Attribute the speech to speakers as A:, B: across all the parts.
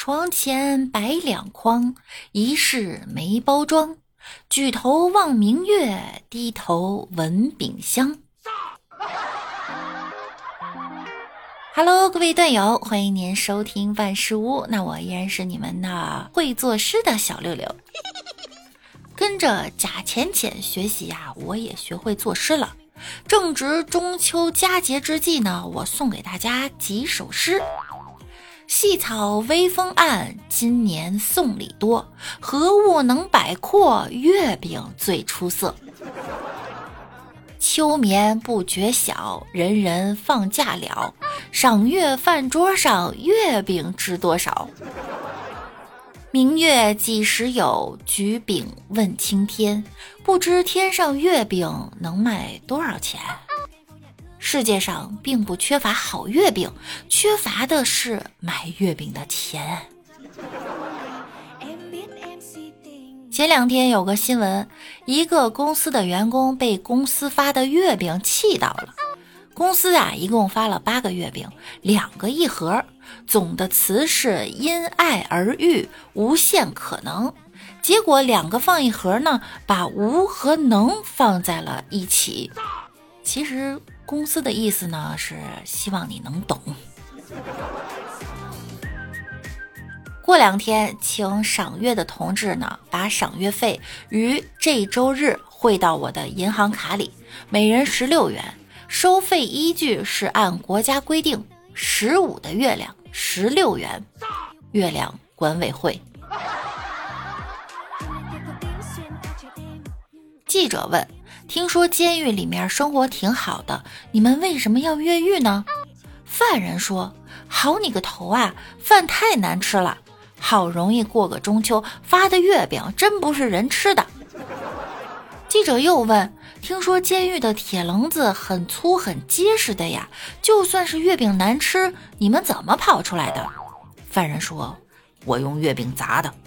A: 床前摆两筐，疑是没包装。举头望明月，低头闻饼香。Hello， 各位段友，欢迎您收听万事屋。那我依然是你们的会作诗的小六六。跟着贾浅浅学习呀，我也学会作诗了。正值中秋佳节之际呢，我送给大家几首诗。细草微风暗，今年送礼多。何物能摆阔，月饼最出色。秋眠不觉晓，人人放假了。赏月饭桌上，月饼知多少？明月几时有，举饼问青天。不知天上月饼能卖多少钱？世界上并不缺乏好月饼，缺乏的是买月饼的钱。前两天有个新闻，一个公司的员工被公司发的月饼气到了。公司一共发了8个月饼，2个一盒，总的词是因爱而遇，无限可能。结果2个放一盒呢，把无和能放在了一起。其实公司的意思呢，是希望你能懂。过2天，请赏月的同志呢，把赏月费于这周日汇到我的银行卡里，每人16元。收费依据是按国家规定，15的月亮16元，月亮管委会。记者问，听说监狱里面生活挺好的，你们为什么要越狱呢？犯人说，好你个头啊，饭太难吃了，好容易过个中秋，发的月饼真不是人吃的。记者又问，听说监狱的铁笼子很粗很结实的呀，就算是月饼难吃，你们怎么跑出来的？犯人说，我用月饼砸的。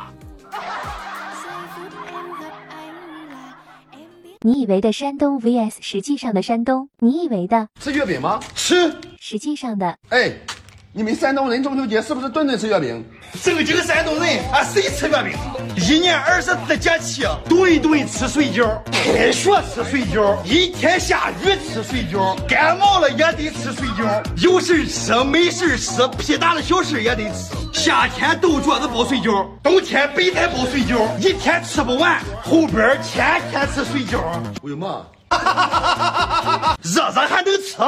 B: 你以为的山东 vs 实际上的山东，你以为的
C: 吃月饼吗？吃。
B: 实际上的，
C: 你们山东人中秋节是不是顿顿吃月饼？
D: 正经山东人谁吃月饼？1年24节气，顿顿吃水饺，开学吃水饺，一天下雨吃水饺，感冒了也得吃水饺，有事吃没事吃，屁大的小事也得吃。夏天豆角子包水饺，冬天白菜包水饺，一天吃不完，后边天天吃水饺。
C: 为嘛？
D: 热还能吃。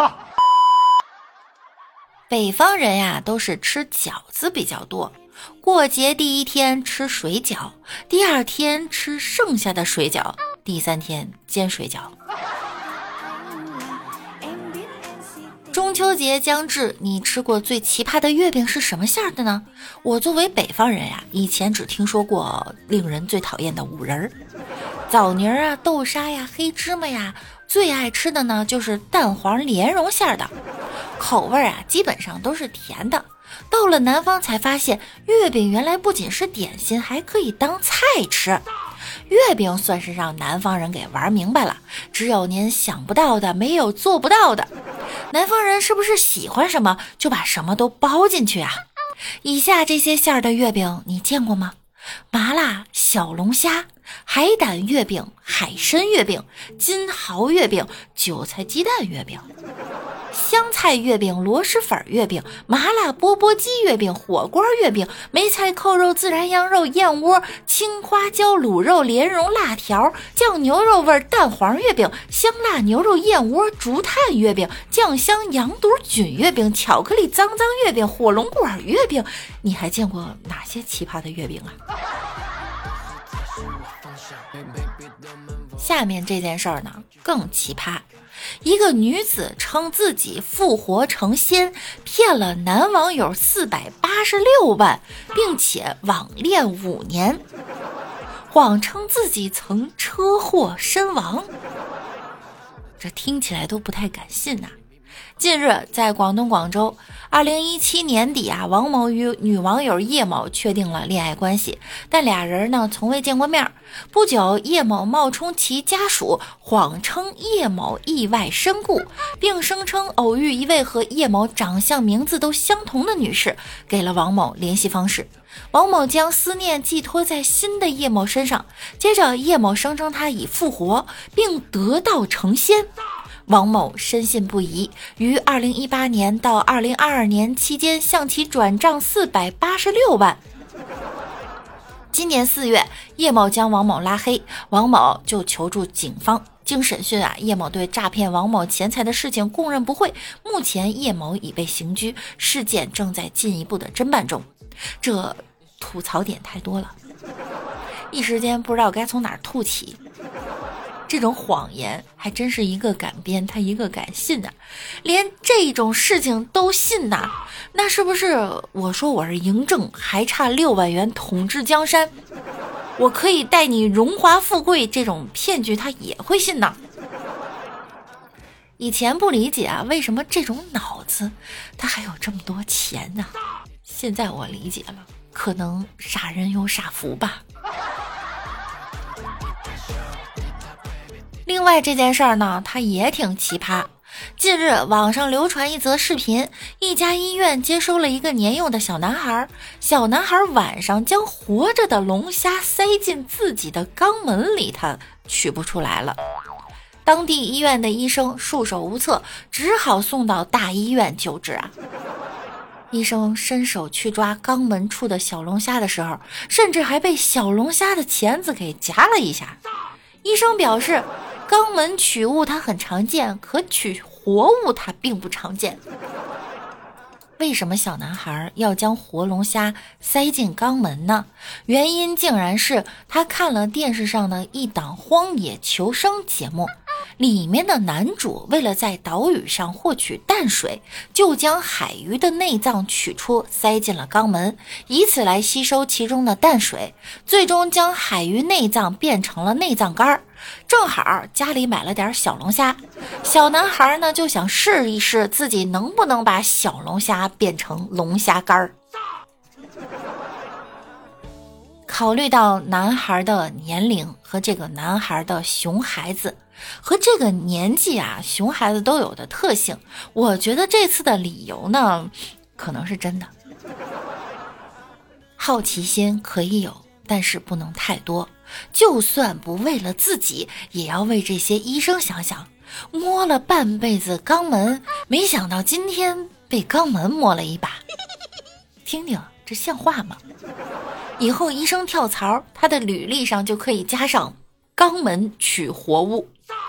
A: 北方人呀，都是吃饺子比较多。过节第1天吃水饺，第2天吃剩下的水饺，第3天煎水饺。中秋节将至，你吃过最奇葩的月饼是什么馅的呢？我作为北方人呀，以前只听说过令人最讨厌的五仁、枣泥啊、豆沙呀、黑芝麻呀，最爱吃的呢就是蛋黄莲蓉馅的，口味基本上都是甜的。到了南方才发现，月饼原来不仅是点心，还可以当菜吃。月饼算是让南方人给玩明白了，只有您想不到的，没有做不到的。南方人是不是喜欢什么就把什么都包进去啊？以下这些馅儿的月饼你见过吗？麻辣小龙虾、海胆月饼、海参月饼、金蚝月饼、韭菜鸡蛋月饼、香菜月饼、螺蛳粉月饼、麻辣钵钵鸡月饼、火锅月饼、梅菜扣肉、孜然羊肉、燕窝、青花椒卤肉、莲蓉辣条、酱牛肉味蛋黄月饼、香辣牛肉燕窝、竹炭月饼、酱香羊肚菌月饼、巧克力脏脏月饼、火龙果月饼。你还见过哪些奇葩的月饼啊？下面这件事儿呢更奇葩，一个女子称自己复活成仙，骗了男网友486万，并且网恋5年，谎称自己曾车祸身亡。这听起来都不太敢信啊。 近日，在广东广州，2017年底啊，王某与女网友叶某确定了恋爱关系，但俩人呢从未见过面。不久，叶某冒充其家属，谎称叶某意外身故，并声称偶遇一位和叶某长相名字都相同的女士，给了王某联系方式。王某将思念寄托在新的叶某身上，接着叶某声称他已复活，并得道成仙。王某深信不疑，于2018年到2022年期间向其转账486万。今年4月，叶某将王某拉黑，王某就求助警方。经审讯啊，叶某对诈骗王某钱财的事情供认不讳。目前叶某已被刑拘，事件正在进一步的侦办中。这吐槽点太多了，一时间不知道该从哪儿吐起。这种谎言还真是一个敢编，他一个敢信啊！连这种事情都信呐，那是不是我说我是嬴政，还差6万元统治江山，我可以带你荣华富贵，这种骗局他也会信呐？以前不理解啊，为什么这种脑子他还有这么多钱呢？现在我理解了，可能傻人有傻福吧。另外这件事儿呢，它也挺奇葩。近日网上流传一则视频，一家医院接收了一个年幼的小男孩，小男孩晚上将活着的龙虾塞进自己的肛门里，他取不出来了。当地医院的医生束手无策，只好送到大医院救治啊。医生伸手去抓肛门处的小龙虾的时候，甚至还被小龙虾的钳子给夹了一下。医生表示，肛门取物它很常见，可取活物它并不常见。为什么小男孩要将活龙虾塞进肛门呢？原因竟然是他看了电视上的一档荒野求生节目，里面的男主为了在岛屿上获取淡水，就将海鱼的内脏取出塞进了肛门，以此来吸收其中的淡水，最终将海鱼内脏变成了内脏干。正好家里买了点小龙虾，小男孩呢就想试一试自己能不能把小龙虾变成龙虾干。考虑到男孩的年龄和这个男孩的熊孩子和这个年纪啊，熊孩子都有的特性，我觉得这次的理由呢可能是真的。好奇心可以有，但是不能太多，就算不为了自己，也要为这些医生想想。摸了半辈子肛门，没想到今天被肛门摸了一把，听听这像话吗？以后医生跳槽，他的履历上就可以加上肛门取活物。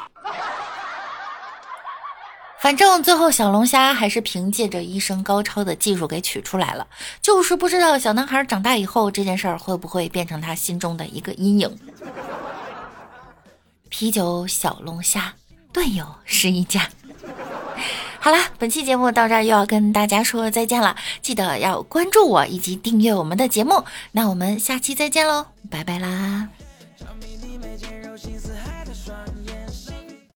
A: 反正最后小龙虾还是凭借着医生高超的技术给取出来了，就是不知道小男孩长大以后这件事儿会不会变成他心中的一个阴影。啤酒小龙虾，队友是一家。好啦，本期节目到这儿又要跟大家说再见了，记得要关注我以及订阅我们的节目，那我们下期再见喽，拜拜啦。